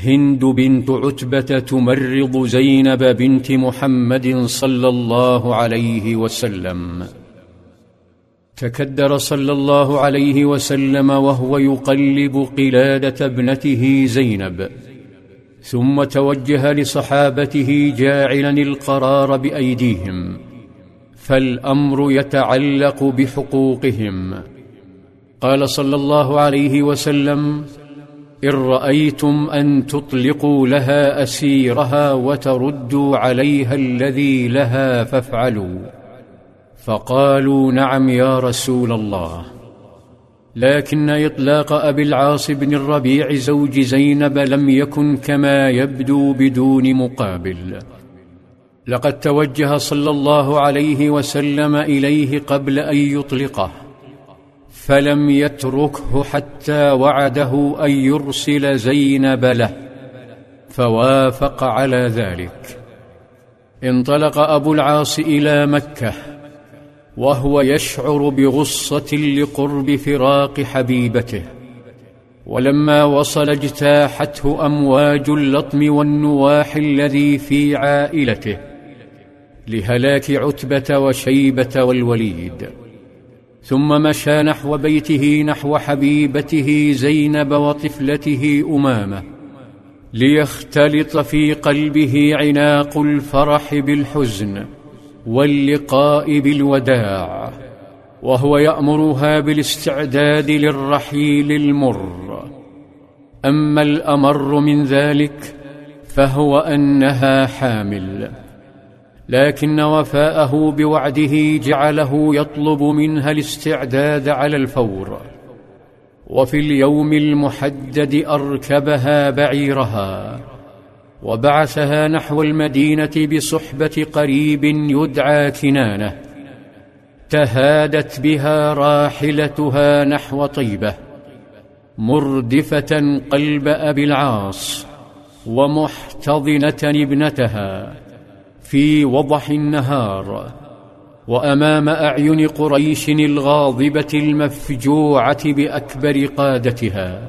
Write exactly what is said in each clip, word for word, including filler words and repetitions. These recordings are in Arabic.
هند بنت عتبة تمرض زينب بنت محمد صلى الله عليه وسلم. تكدر صلى الله عليه وسلم وهو يقلب قلادة ابنته زينب، ثم توجه لصحابته جاعلا القرار بأيديهم، فالأمر يتعلق بحقوقهم. قال صلى الله عليه وسلم: إن رأيتم أن تطلقوا لها أسيرها وتردوا عليها الذي لها فافعلوا. فقالوا: نعم يا رسول الله. لكن إطلاق أبي العاص بن الربيع زوج زينب لم يكن كما يبدو بدون مقابل. لقد توجه صلى الله عليه وسلم إليه قبل أن يطلقه، فلم يتركه حتى وعده أن يرسل زينب له، فوافق على ذلك. انطلق أبو العاص إلى مكة وهو يشعر بغصة لقرب فراق حبيبته، ولما وصل اجتاحته أمواج اللطم والنواح الذي في عائلته لهلاك عتبة وشيبة والوليد. ثم مشى نحو بيته نحو حبيبته زينب وطفلته أمامة، ليختلط في قلبه عناق الفرح بالحزن واللقاء بالوداع، وهو يأمرها بالاستعداد للرحيل المر. أما الأمر من ذلك فهو أنها حامل، لكن وفاءه بوعده جعله يطلب منها الاستعداد على الفور. وفي اليوم المحدد أركبها بعيرها وبعثها نحو المدينة بصحبة قريب يدعى كنانة. تهادت بها راحلتها نحو طيبة، مردفة قلب أبي العاص ومحتضنة ابنتها في وضح النهار، وأمام أعين قريش الغاضبة المفجوعة بأكبر قادتها،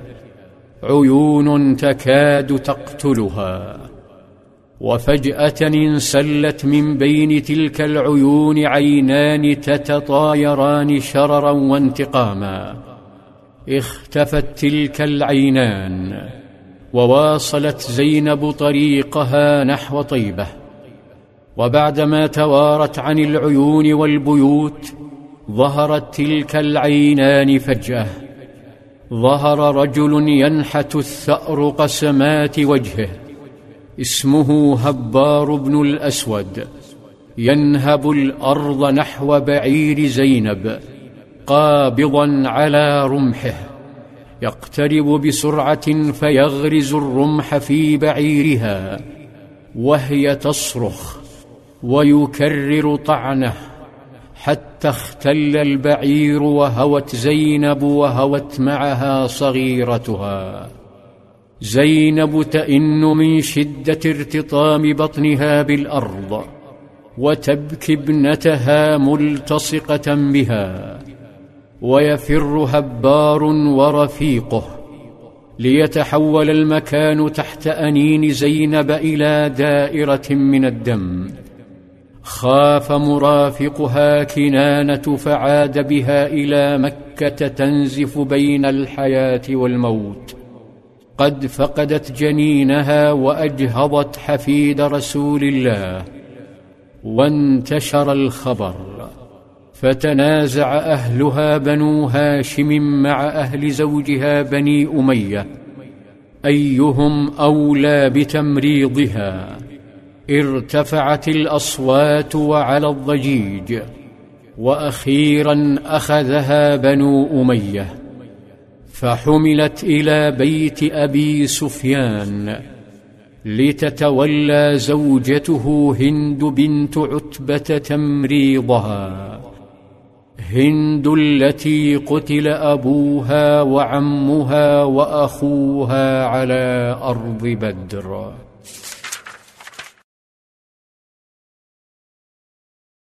عيون تكاد تقتلها. وفجأة انسلت من بين تلك العيون عينان تتطايران شررا وانتقاما. اختفت تلك العينان وواصلت زينب طريقها نحو طيبة. وبعدما توارت عن العيون والبيوت ظهرت تلك العينان فجأة. ظهر رجل ينحت الثأر قسمات وجهه، اسمه هبار بن الأسود، ينهب الأرض نحو بعير زينب قابضا على رمحه، يقترب بسرعة فيغرز الرمح في بعيرها وهي تصرخ ويكرر طعنه حتى اختل البعير وهوت زينب وهوت معها صغيرتها. زينب تئن من شدة ارتطام بطنها بالأرض وتبكي ابنتها ملتصقة بها، ويفر هبار ورفيقه ليتحول المكان تحت أنين زينب إلى دائرة من الدم. خاف مرافقها كنانة فعاد بها إلى مكة تنزف بين الحياة والموت. قد فقدت جنينها وأجهضت حفيد رسول الله. وانتشر الخبر، فتنازع أهلها بنو هاشم مع أهل زوجها بني أمية أيهم أولى بتمريضها. ارتفعت الأصوات وعلى الضجيج، وأخيرا أخذها بنو أمية فحملت إلى بيت أبي سفيان لتتولى زوجته هند بنت عتبة تمريضها. هند التي قتل أبوها وعمها وأخوها على أرض بدر.